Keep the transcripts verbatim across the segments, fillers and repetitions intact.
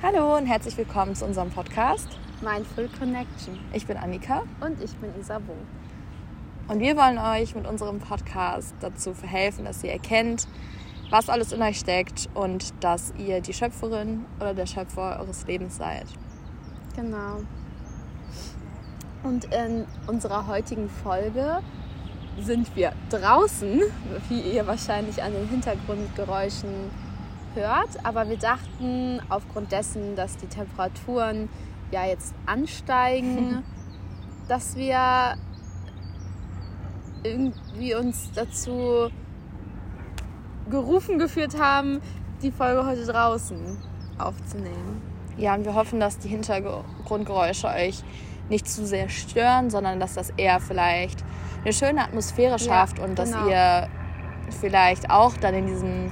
Hallo und herzlich willkommen zu unserem Podcast Mindful Connection. Ich bin Annika. Und ich bin Isabeau. Und wir wollen euch mit unserem Podcast dazu verhelfen, dass ihr erkennt, was alles in euch steckt und dass ihr die Schöpferin oder der Schöpfer eures Lebens seid. Genau. Und in unserer heutigen Folge sind wir draußen, wie ihr wahrscheinlich an den Hintergrundgeräuschen hört. Aber wir dachten, aufgrund dessen, dass die Temperaturen ja jetzt ansteigen, dass wir irgendwie uns dazu gerufen geführt haben, die Folge heute draußen aufzunehmen. Ja, und wir hoffen, dass die Hintergrundgeräusche euch nicht zu sehr stören, sondern dass das eher vielleicht eine schöne Atmosphäre schafft ja, und dass genau. ihr vielleicht auch dann in diesem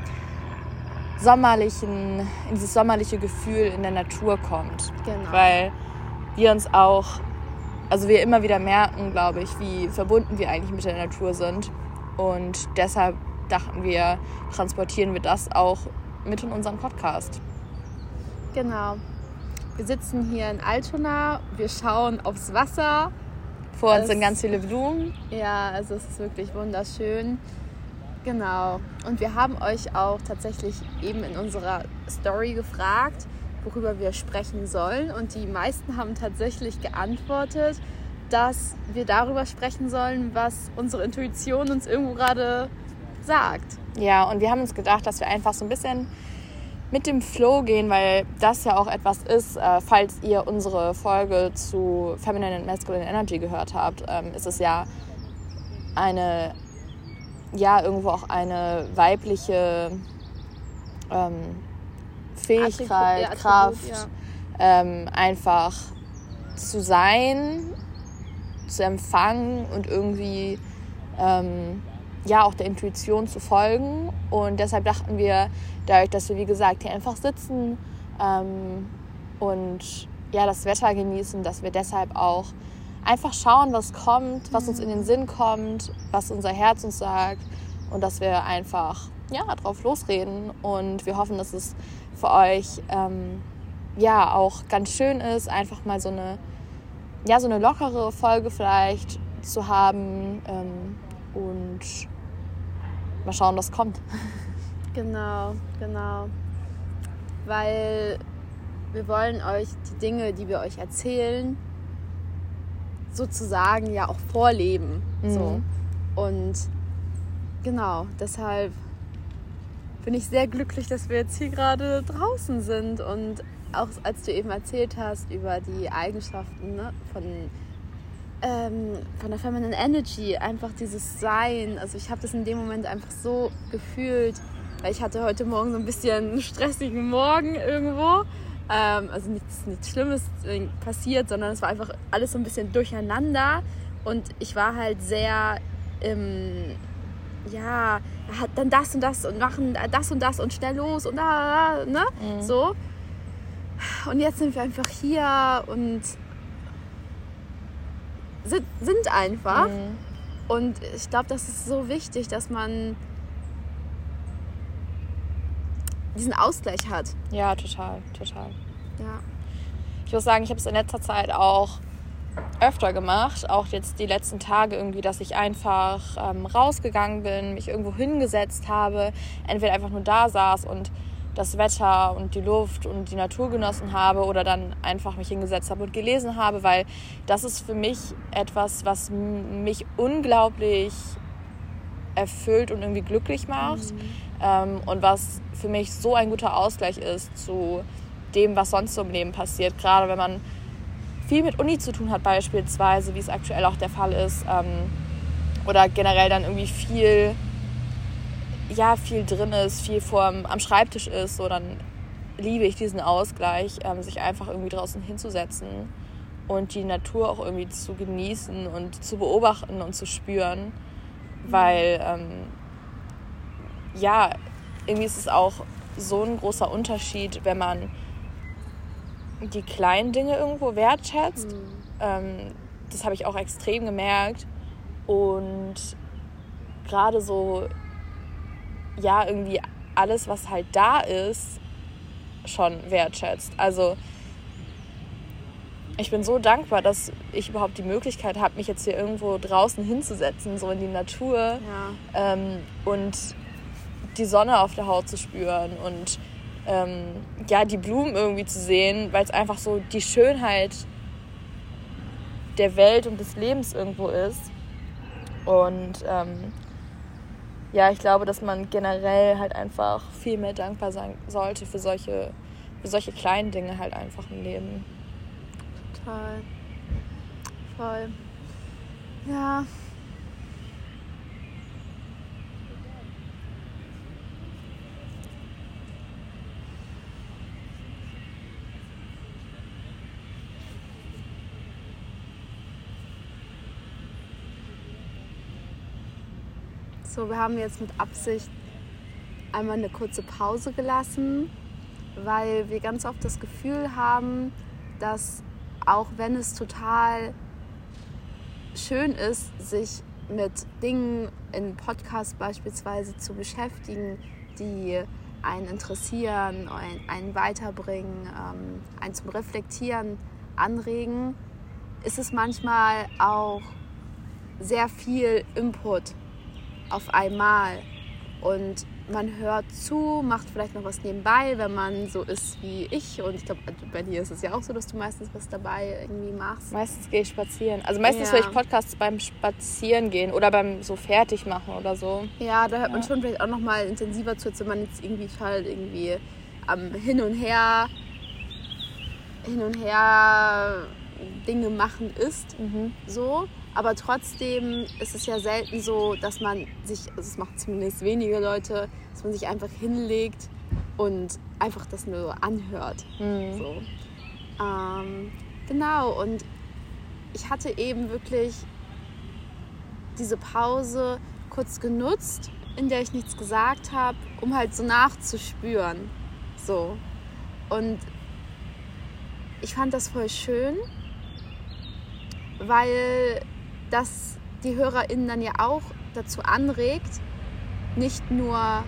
sommerlichen, in dieses sommerliche Gefühl in der Natur kommt. Genau. Weil wir uns auch, also wir immer wieder merken, glaube ich, wie verbunden wir eigentlich mit der Natur sind. Und deshalb dachten wir, transportieren wir das auch mit in unseren Podcast. Genau. Wir sitzen hier in Altona, wir schauen aufs Wasser. Vor uns es, sind ganz viele Blumen. Ja, also es ist wirklich wunderschön. Genau. Und wir haben euch auch tatsächlich eben in unserer Story gefragt, worüber wir sprechen sollen. Und die meisten haben tatsächlich geantwortet, dass wir darüber sprechen sollen, was unsere Intuition uns irgendwo gerade sagt. Ja, und wir haben uns gedacht, dass wir einfach so ein bisschen mit dem Flow gehen, weil das ja auch etwas ist, äh, falls ihr unsere Folge zu Feminine and Masculine Energy gehört habt, ähm, ist es ja eine, ja, irgendwo auch eine weibliche ähm, Fähigkeit, Attribut, Kraft, ja. ähm, einfach zu sein, zu empfangen und irgendwie ähm, ja auch der Intuition zu folgen. Und deshalb dachten wir, dadurch, dass wir, wie gesagt, hier einfach sitzen ähm, und ja, das Wetter genießen, dass wir deshalb auch einfach schauen, was kommt, was uns in den Sinn kommt, was unser Herz uns sagt und dass wir einfach ja, drauf losreden. Und wir hoffen, dass es für euch ähm, ja auch ganz schön ist, einfach mal so eine, ja, so eine lockere Folge vielleicht zu haben ähm, und mal schauen, was kommt. Genau, genau. Weil wir wollen euch die Dinge, die wir euch erzählen, sozusagen ja auch vorleben. Mhm. So. Und genau, deshalb bin ich sehr glücklich, dass wir jetzt hier gerade draußen sind. Und auch als du eben erzählt hast über die Eigenschaften, ne, von, ähm, von der Feminine Energy, einfach dieses Sein. Also ich habe das in dem Moment einfach so gefühlt, weil ich hatte heute Morgen so ein bisschen einen stressigen Morgen irgendwo. Ähm, also nichts, nichts Schlimmes passiert, sondern es war einfach alles so ein bisschen durcheinander. Und ich war halt sehr im, ja, dann das und das und machen das und das und schnell los und da, ne, mhm. so. Und jetzt sind wir einfach hier und sind, sind einfach. Mhm. Und ich glaube, das ist so wichtig, dass man diesen Ausgleich hat. Ja, total, total. Ja. Ich muss sagen, ich habe es in letzter Zeit auch öfter gemacht, auch jetzt die letzten Tage irgendwie, dass ich einfach ähm, rausgegangen bin, mich irgendwo hingesetzt habe, entweder einfach nur da saß und das Wetter und die Luft und die Natur genossen habe oder dann einfach mich hingesetzt habe und gelesen habe, weil das ist für mich etwas, was m- mich unglaublich erfüllt und irgendwie glücklich macht. Mhm. Ähm, und was für mich so ein guter Ausgleich ist zu dem, was sonst so im Leben passiert. Gerade wenn man viel mit Uni zu tun hat beispielsweise, wie es aktuell auch der Fall ist, ähm, oder generell dann irgendwie viel, ja, viel drin ist, viel vorm, am Schreibtisch ist, so, dann liebe ich diesen Ausgleich, ähm, sich einfach irgendwie draußen hinzusetzen und die Natur auch irgendwie zu genießen und zu beobachten und zu spüren, weil ähm, ja, irgendwie ist es auch so ein großer Unterschied, wenn man die kleinen Dinge irgendwo wertschätzt. Mhm. Ähm, das habe ich auch extrem gemerkt. Und gerade so, ja, irgendwie alles, was halt da ist, schon wertschätzt. Also ich bin so dankbar, dass ich überhaupt die Möglichkeit habe, mich jetzt hier irgendwo draußen hinzusetzen, so in die Natur Ja. ähm, und die Sonne auf der Haut zu spüren und ähm, ja, die Blumen irgendwie zu sehen, weil es einfach so die Schönheit der Welt und des Lebens irgendwo ist. Und ähm, ja, ich glaube, dass man generell halt einfach viel mehr dankbar sein sollte für solche, für solche kleinen Dinge halt einfach im Leben. Total. Voll. Ja. So, wir haben jetzt mit Absicht einmal eine kurze Pause gelassen, weil wir ganz oft das Gefühl haben, dass auch wenn es total schön ist, sich mit Dingen in Podcasts beispielsweise zu beschäftigen, die einen interessieren, einen weiterbringen, einen zum Reflektieren anregen, ist es manchmal auch sehr viel Input auf einmal. Und man hört zu, macht vielleicht noch was nebenbei, wenn man so ist wie ich. Und ich glaube, bei dir ist es ja auch so, dass du meistens was dabei irgendwie machst. Meistens gehe ich spazieren. Also meistens Ja. höre ich Podcasts beim Spazierengehen oder beim so Fertigmachen oder so. Ja, da hört Ja. man schon vielleicht auch noch mal intensiver zu, als wenn man jetzt irgendwie halt irgendwie am Hin und Her, hin und her Dinge machen ist. Mhm. So. Aber trotzdem ist es ja selten so, dass man sich, also es machen zumindest wenige Leute, dass man sich einfach hinlegt und einfach das nur anhört. Mhm. So. Ähm, genau, und ich hatte eben wirklich diese Pause kurz genutzt, in der ich nichts gesagt habe, um halt so nachzuspüren. So. Und ich fand das voll schön, weil das die HörerInnen dann ja auch dazu anregt, nicht nur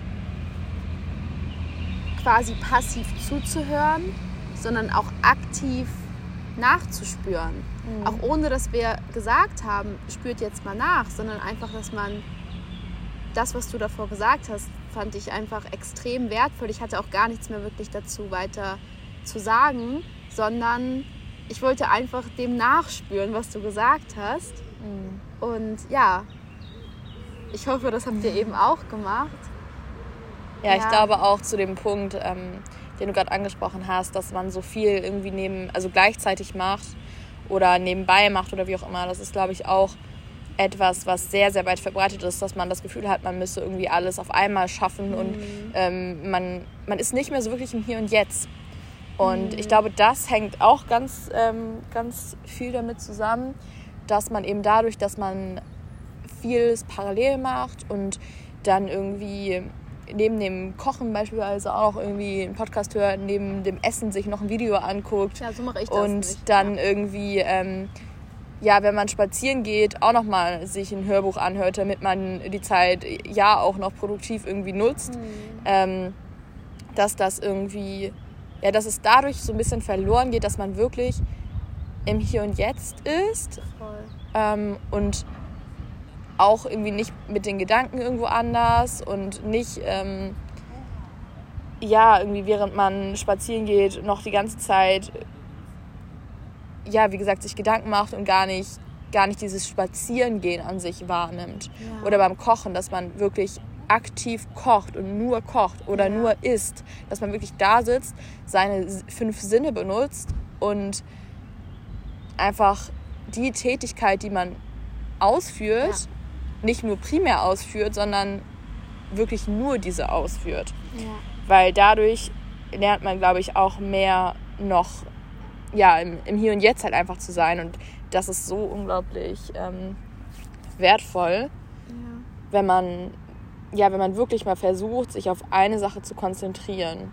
quasi passiv zuzuhören, sondern auch aktiv nachzuspüren. Mhm. Auch ohne, dass wir gesagt haben, spürt jetzt mal nach, sondern einfach, dass man das, was du davor gesagt hast, fand ich einfach extrem wertvoll. Ich hatte auch gar nichts mehr wirklich dazu weiter zu sagen, sondern ich wollte einfach dem nachspüren, was du gesagt hast. Mhm. Und ja, ich hoffe, das habt ihr eben auch gemacht. Ja, ich Ja. glaube auch zu dem Punkt, ähm, den du gerade angesprochen hast, dass man so viel irgendwie neben, also gleichzeitig macht oder nebenbei macht oder wie auch immer. Das ist, glaube ich, auch etwas, was sehr, sehr weit verbreitet ist, dass man das Gefühl hat, man müsse irgendwie alles auf einmal schaffen Mhm. und ähm, man, man ist nicht mehr so wirklich im Hier und Jetzt. Und Mhm. ich glaube, das hängt auch ganz, ähm, ganz viel damit zusammen, dass man eben dadurch, dass man vieles parallel macht und dann irgendwie neben dem Kochen beispielsweise auch irgendwie einen Podcast hört, neben dem Essen sich noch ein Video anguckt Ja, so mache ich das und nicht. dann Ja. irgendwie, ähm, ja, wenn man spazieren geht, auch nochmal sich ein Hörbuch anhört, damit man die Zeit ja auch noch produktiv irgendwie nutzt, Mhm. ähm, dass das irgendwie, ja, dass es dadurch so ein bisschen verloren geht, dass man wirklich im Hier und Jetzt ist Voll. ähm, und auch irgendwie nicht mit den Gedanken irgendwo anders und nicht, ähm, ja, irgendwie während man spazieren geht, noch die ganze Zeit, ja, wie gesagt, sich Gedanken macht und gar nicht, gar nicht dieses Spazierengehen an sich wahrnimmt. Ja. Oder beim Kochen, dass man wirklich aktiv kocht und nur kocht oder Ja. nur isst. Dass man wirklich da sitzt, seine fünf Sinne benutzt und einfach die Tätigkeit, die man ausführt, Ja. nicht nur primär ausführt, sondern wirklich nur diese ausführt. Ja. Weil dadurch lernt man, glaube ich, auch mehr noch ja, im, im Hier und Jetzt halt einfach zu sein. Und das ist so unglaublich ähm, wertvoll, Ja. wenn man, ja, wenn man wirklich mal versucht, sich auf eine Sache zu konzentrieren.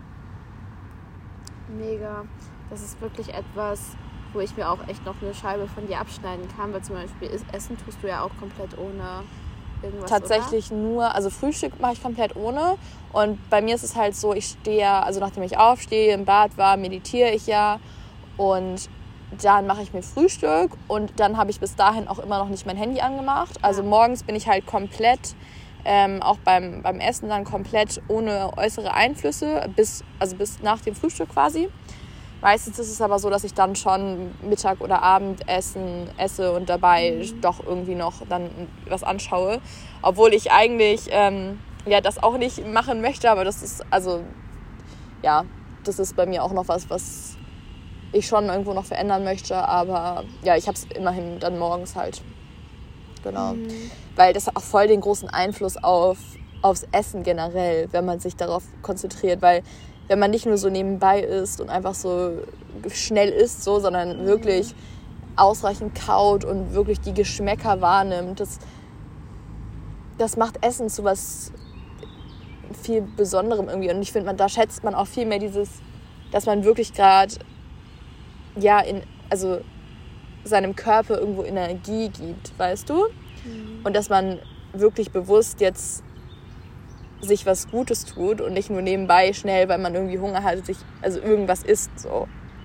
Mega. Das ist wirklich etwas, wo ich mir auch echt noch eine Scheibe von dir abschneiden kann, weil zum Beispiel Essen tust du ja auch komplett ohne irgendwas, tatsächlich oder? nur, also Frühstück mache ich komplett ohne. Und bei mir ist es halt so, ich stehe ja, also nachdem ich aufstehe, im Bad war, meditiere ich ja. Und dann mache ich mir Frühstück und dann habe ich bis dahin auch immer noch nicht mein Handy angemacht. Also Ja. morgens bin ich halt komplett, ähm, auch beim, beim Essen dann komplett ohne äußere Einflüsse, bis, also bis nach dem Frühstück quasi. Meistens ist es aber so, dass ich dann schon Mittag- oder Abendessen esse und dabei mhm. doch irgendwie noch dann was anschaue. Obwohl ich eigentlich ähm, ja, das auch nicht machen möchte, aber das ist, also, ja, das ist bei mir auch noch was, was ich schon irgendwo noch verändern möchte. Aber ja, ich habe es immerhin dann morgens halt. Genau. Mhm. Weil das hat auch voll den großen Einfluss auf, aufs Essen generell, wenn man sich darauf konzentriert. Weil wenn man nicht nur so nebenbei isst und einfach so schnell isst, so, sondern mhm. wirklich ausreichend kaut und wirklich die Geschmäcker wahrnimmt, das, das macht Essen zu was viel Besonderem irgendwie. Und ich finde, man, da schätzt man auch viel mehr dieses, dass man wirklich gerade ja, in, also seinem Körper irgendwo Energie gibt, weißt du? Mhm. Und dass man wirklich bewusst jetzt sich was Gutes tut und nicht nur nebenbei schnell, weil man irgendwie Hunger hat, sich also irgendwas isst, so.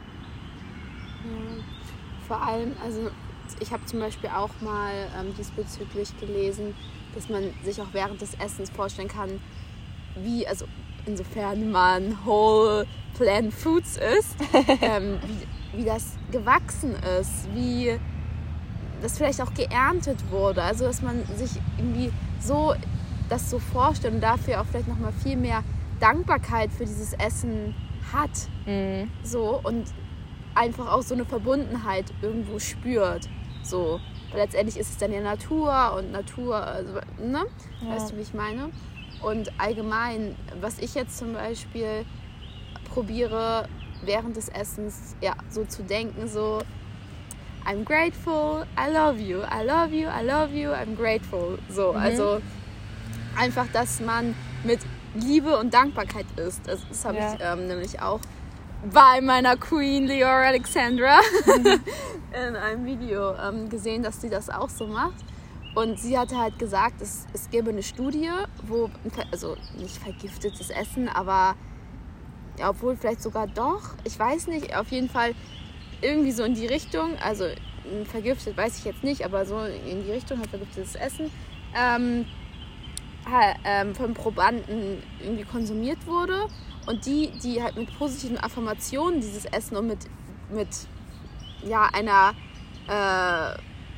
Ja. Vor allem, also ich habe zum Beispiel auch mal ähm, diesbezüglich gelesen, dass man sich auch während des Essens vorstellen kann, wie, also insofern man whole plant foods isst, ähm, wie, wie das gewachsen ist, wie das vielleicht auch geerntet wurde, also dass man sich irgendwie so das so vorstellt und dafür auch vielleicht nochmal viel mehr Dankbarkeit für dieses Essen hat. Mhm. So, und einfach auch so eine Verbundenheit irgendwo spürt. So. Weil letztendlich ist es dann ja Natur und Natur, also, ne? Ja. Weißt du, wie ich meine? Und allgemein, was ich jetzt zum Beispiel probiere, während des Essens ja, so zu denken, so I'm grateful, I love you, I love you, I love you, I'm grateful. So, mhm. also einfach, dass man mit Liebe und Dankbarkeit isst. Das, das habe ja. ich ähm, nämlich auch bei meiner Queen Leora Alexandra mhm. in einem Video ähm, gesehen, dass sie das auch so macht. Und sie hatte halt gesagt, es, es gäbe eine Studie, wo, also nicht vergiftetes Essen, aber ja, obwohl vielleicht sogar doch, ich weiß nicht, auf jeden Fall irgendwie so in die Richtung, also vergiftet weiß ich jetzt nicht, aber so in die Richtung halt vergiftetes Essen, ähm, von Probanden irgendwie konsumiert wurde und die, die halt mit positiven Affirmationen dieses Essen und mit, mit ja, einer äh,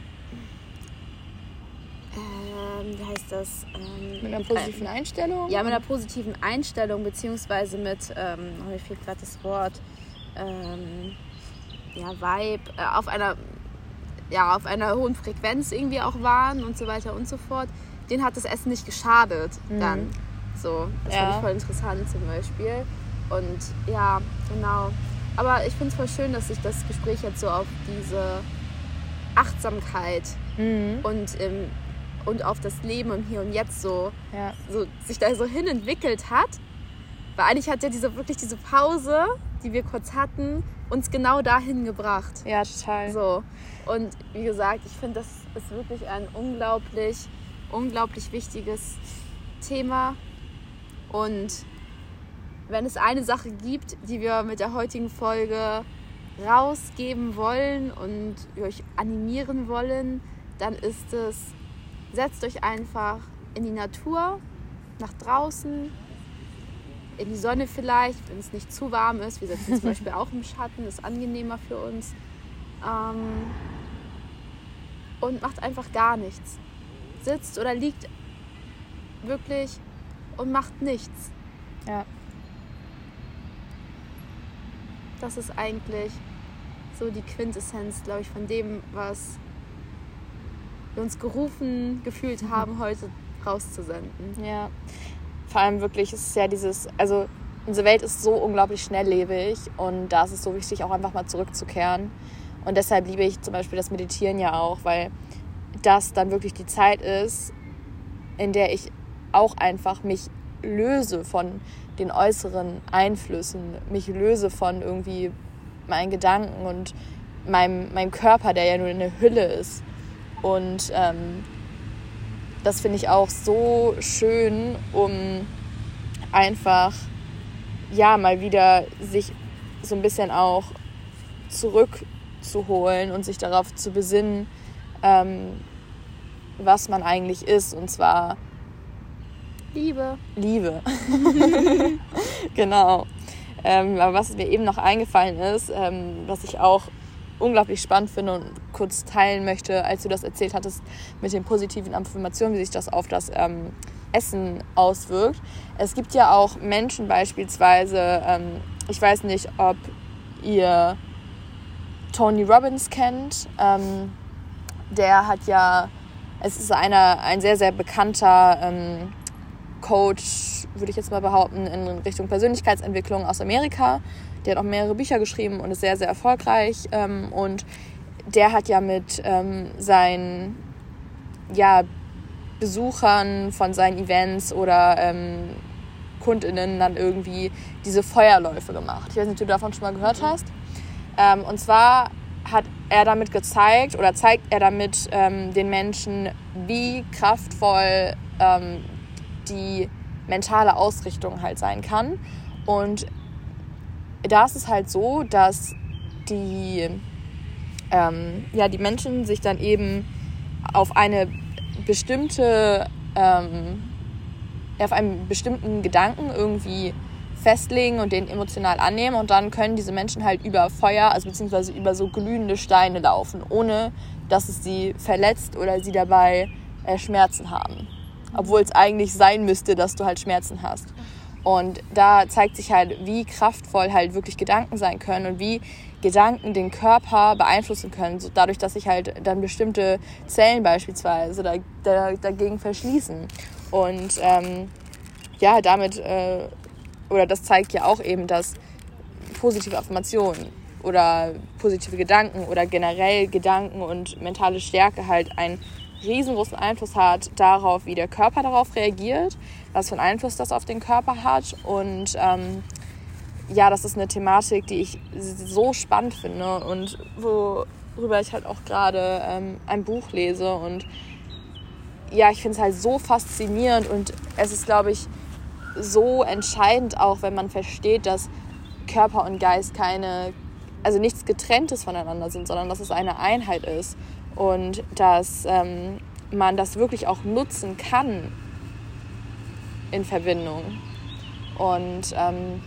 äh, wie heißt das? Ähm, mit einer positiven äh, Einstellung? Ja, mit einer positiven Einstellung, beziehungsweise mit, ähm, oh, mir fehlt gerade das Wort, ähm, ja, Vibe, äh, auf einer, ja, auf einer hohen Frequenz irgendwie auch waren und so weiter und so fort. Den hat das Essen nicht geschadet mhm. dann. So, das ja. fand ich voll interessant zum Beispiel. Und ja, genau. Aber ich finde es voll schön, dass sich das Gespräch jetzt so auf diese Achtsamkeit mhm. und, im, und auf das Leben im Hier und Jetzt so, ja. so sich da so hin entwickelt hat. Weil eigentlich hat ja diese, wirklich diese Pause, die wir kurz hatten, uns genau dahin gebracht. Ja, total. So. Und wie gesagt, ich finde, das ist wirklich ein unglaublich unglaublich wichtiges Thema und wenn es eine Sache gibt, die wir mit der heutigen Folge rausgeben wollen und euch animieren wollen, dann ist es, setzt euch einfach in die Natur, nach draußen, in die Sonne vielleicht, wenn es nicht zu warm ist. Wir sitzen zum Beispiel auch im Schatten, ist angenehmer für uns. Ähm, und macht einfach gar nichts. Sitzt oder liegt wirklich und macht nichts. Ja. Das ist eigentlich so die Quintessenz, glaube ich, von dem, was wir uns gerufen gefühlt haben, mhm. heute rauszusenden. Ja. Vor allem wirklich ist es ja dieses, also unsere Welt ist so unglaublich schnelllebig und da ist es so wichtig, auch einfach mal zurückzukehren. Und deshalb liebe ich zum Beispiel das Meditieren ja auch, weil das dann wirklich die Zeit ist, in der ich auch einfach mich löse von den äußeren Einflüssen, mich löse von irgendwie meinen Gedanken und meinem, meinem Körper, der ja nur eine Hülle ist. Und ähm, das finde ich auch so schön, um einfach, ja, mal wieder sich so ein bisschen auch zurückzuholen und sich darauf zu besinnen, ähm, was man eigentlich ist, und zwar Liebe. Liebe. Genau. Ähm, aber was mir eben noch eingefallen ist, ähm, was ich auch unglaublich spannend finde und kurz teilen möchte, als du das erzählt hattest mit den positiven Affirmationen, wie sich das auf das ähm, Essen auswirkt. Es gibt ja auch Menschen beispielsweise, ähm, ich weiß nicht, ob ihr Tony Robbins kennt, ähm, der hat ja, es ist einer, ein sehr, sehr bekannter ähm, Coach, würde ich jetzt mal behaupten, in Richtung Persönlichkeitsentwicklung aus Amerika. Der hat auch mehrere Bücher geschrieben und ist sehr, sehr erfolgreich. Ähm, und der hat ja mit ähm, seinen ja, Besuchern von seinen Events oder ähm, KundInnen dann irgendwie diese Feuerläufe gemacht. Ich weiß nicht, ob du davon schon mal gehört hast. Ähm, und zwar hat er damit gezeigt oder zeigt er damit ähm, den Menschen, wie kraftvoll ähm, die mentale Ausrichtung halt sein kann. Und da ist es halt so, dass die, ähm, ja, die Menschen sich dann eben auf eine bestimmte, ähm, auf einen bestimmten Gedanken irgendwie festlegen und den emotional annehmen, und dann können diese Menschen halt über Feuer, also beziehungsweise über so glühende Steine laufen, ohne dass es sie verletzt oder sie dabei äh, Schmerzen haben. Obwohl es eigentlich sein müsste, dass du halt Schmerzen hast. Und da zeigt sich halt, wie kraftvoll halt wirklich Gedanken sein können und wie Gedanken den Körper beeinflussen können, so dadurch, dass sich halt dann bestimmte Zellen beispielsweise da, da, dagegen verschließen. Und ähm, ja, damit, äh, oder das zeigt ja auch eben, dass positive Affirmationen oder positive Gedanken oder generell Gedanken und mentale Stärke halt ein riesengroßen Einfluss hat darauf, wie der Körper darauf reagiert, was für einen Einfluss das auf den Körper hat. Und ähm, ja, das ist eine Thematik, die ich so spannend finde und worüber ich halt auch gerade ähm, ein Buch lese. Und ja, ich finde es halt so faszinierend, und es ist, glaube ich, so entscheidend auch, wenn man versteht, dass Körper und Geist keine, also nichts Getrenntes voneinander sind, sondern dass es eine Einheit ist. Und dass ähm, man das wirklich auch nutzen kann in Verbindung. Und ähm,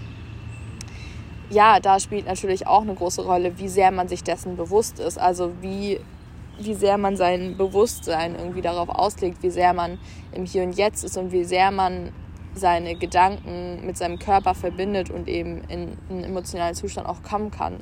ja, da spielt natürlich auch eine große Rolle, wie sehr man sich dessen bewusst ist. Also wie, wie sehr man sein Bewusstsein irgendwie darauf auslegt, wie sehr man im Hier und Jetzt ist und wie sehr man seine Gedanken mit seinem Körper verbindet und eben in einen emotionalen Zustand auch kommen kann.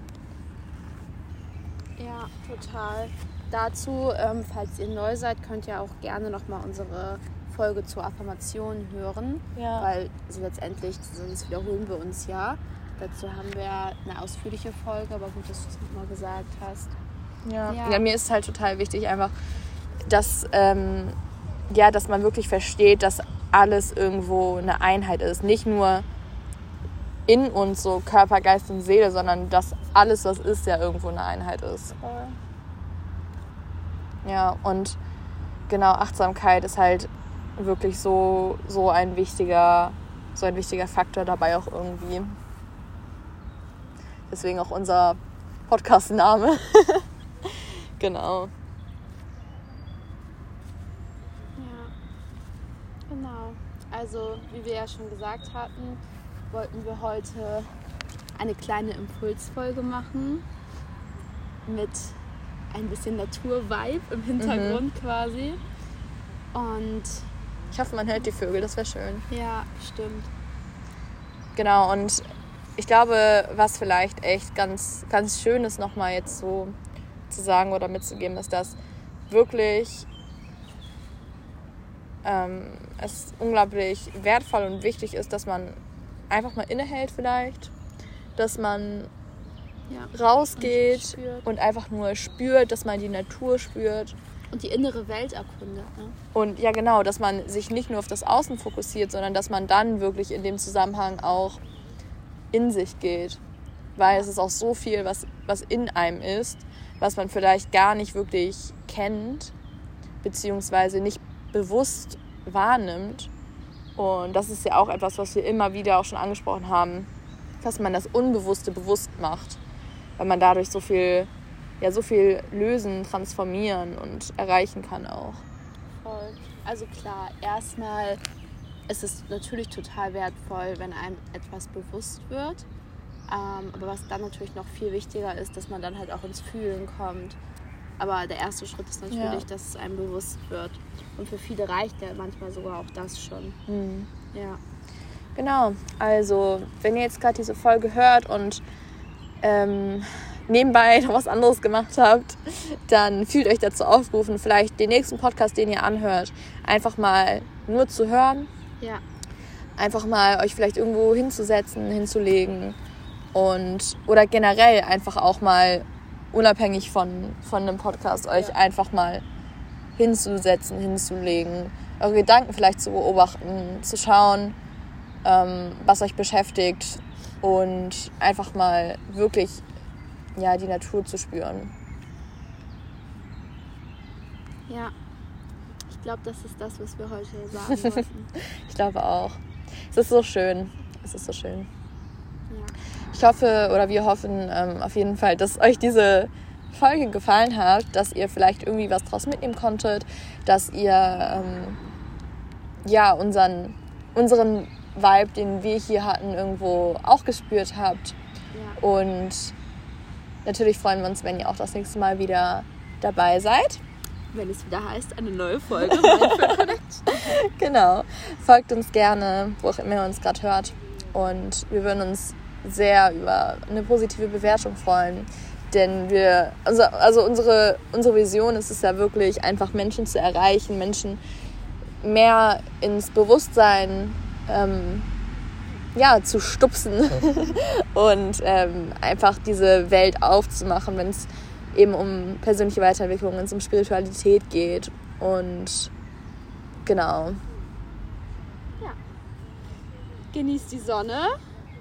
Ja, total. Dazu, ähm, falls ihr neu seid, könnt ihr auch gerne nochmal unsere Folge zur Affirmation hören. Ja. Weil also letztendlich, sonst wiederholen wir uns ja. Dazu haben wir eine ausführliche Folge, aber gut, dass du es nochmal gesagt hast. Ja. Ja. Ja, mir ist halt total wichtig einfach, dass, ähm, ja, dass man wirklich versteht, dass alles irgendwo eine Einheit ist. Nicht nur in uns, so Körper, Geist und Seele, sondern dass alles, was ist, ja irgendwo eine Einheit ist. Ja, und genau, Achtsamkeit ist halt wirklich so, so ein wichtiger, so ein wichtiger Faktor dabei auch irgendwie. Deswegen auch unser Podcast-Name. Genau. Ja, genau. Also, wie wir ja schon gesagt hatten, wollten wir heute eine kleine Impulsfolge machen mit ein bisschen Natur-Vibe im Hintergrund mhm. quasi. Und ich hoffe, man hört die Vögel, das wäre schön. Ja, stimmt. Genau, und ich glaube, was vielleicht echt ganz, ganz schön ist, nochmal jetzt so zu sagen oder mitzugeben, ist, dass wirklich ähm, es unglaublich wertvoll und wichtig ist, dass man einfach mal innehält vielleicht, dass man ja. rausgeht und, und einfach nur spürt, dass man die Natur spürt. Und die innere Welt erkundet. Ne? Und ja, genau, dass man sich nicht nur auf das Außen fokussiert, sondern dass man dann wirklich in dem Zusammenhang auch in sich geht. Weil es ist auch so viel, was, was in einem ist, was man vielleicht gar nicht wirklich kennt, beziehungsweise nicht bewusst wahrnimmt. Und das ist ja auch etwas, was wir immer wieder auch schon angesprochen haben, dass man das Unbewusste bewusst macht, weil man dadurch so viel, ja, so viel lösen, transformieren und erreichen kann auch. Voll. Also klar, erstmal ist es natürlich total wertvoll, wenn einem etwas bewusst wird. Ähm, aber was dann natürlich noch viel wichtiger ist, dass man dann halt auch ins Fühlen kommt. Aber der erste Schritt ist natürlich, ja. dass es einem bewusst wird. Und für viele reicht ja manchmal sogar auch das schon. Mhm. Ja. Genau, also wenn ihr jetzt gerade diese Folge hört und ähm, nebenbei noch was anderes gemacht habt, dann fühlt euch dazu aufgerufen, vielleicht den nächsten Podcast, den ihr anhört, einfach mal nur zu hören. Ja. Einfach mal euch vielleicht irgendwo hinzusetzen, hinzulegen und oder generell einfach auch mal unabhängig von, von einem Podcast euch ja. einfach mal hinzusetzen, hinzulegen, eure Gedanken vielleicht zu beobachten, zu schauen, ähm, was euch beschäftigt und einfach mal wirklich ja, die Natur zu spüren. Ja, ich glaube, das ist das, was wir heute sagen wollten. Ich glaube auch. Es ist so schön. Es ist so schön. Ja. Ich hoffe, oder wir hoffen ähm, auf jeden Fall, dass euch diese Folge gefallen hat, dass ihr vielleicht irgendwie was draus mitnehmen konntet, dass ihr ähm, ja, unseren, unseren Vibe, den wir hier hatten, irgendwo auch gespürt habt. Ja. Und natürlich freuen wir uns, wenn ihr auch das nächste Mal wieder dabei seid. Wenn es wieder heißt, eine neue Folge Mindful Connection. Genau. Folgt uns gerne, wo auch immer ihr uns gerade hört. Und wir würden uns sehr über eine positive Bewertung freuen. Denn wir, also, also unsere, unsere Vision ist es ja wirklich, einfach Menschen zu erreichen, Menschen mehr ins Bewusstsein ähm, ja, zu stupsen und ähm, einfach diese Welt aufzumachen, wenn es eben um persönliche Weiterentwicklung, wenn es um Spiritualität geht. Und genau. Ja. Genießt die Sonne,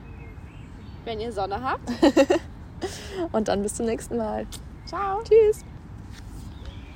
wenn ihr Sonne habt. Und dann bis zum nächsten Mal. Ciao. Tschüss.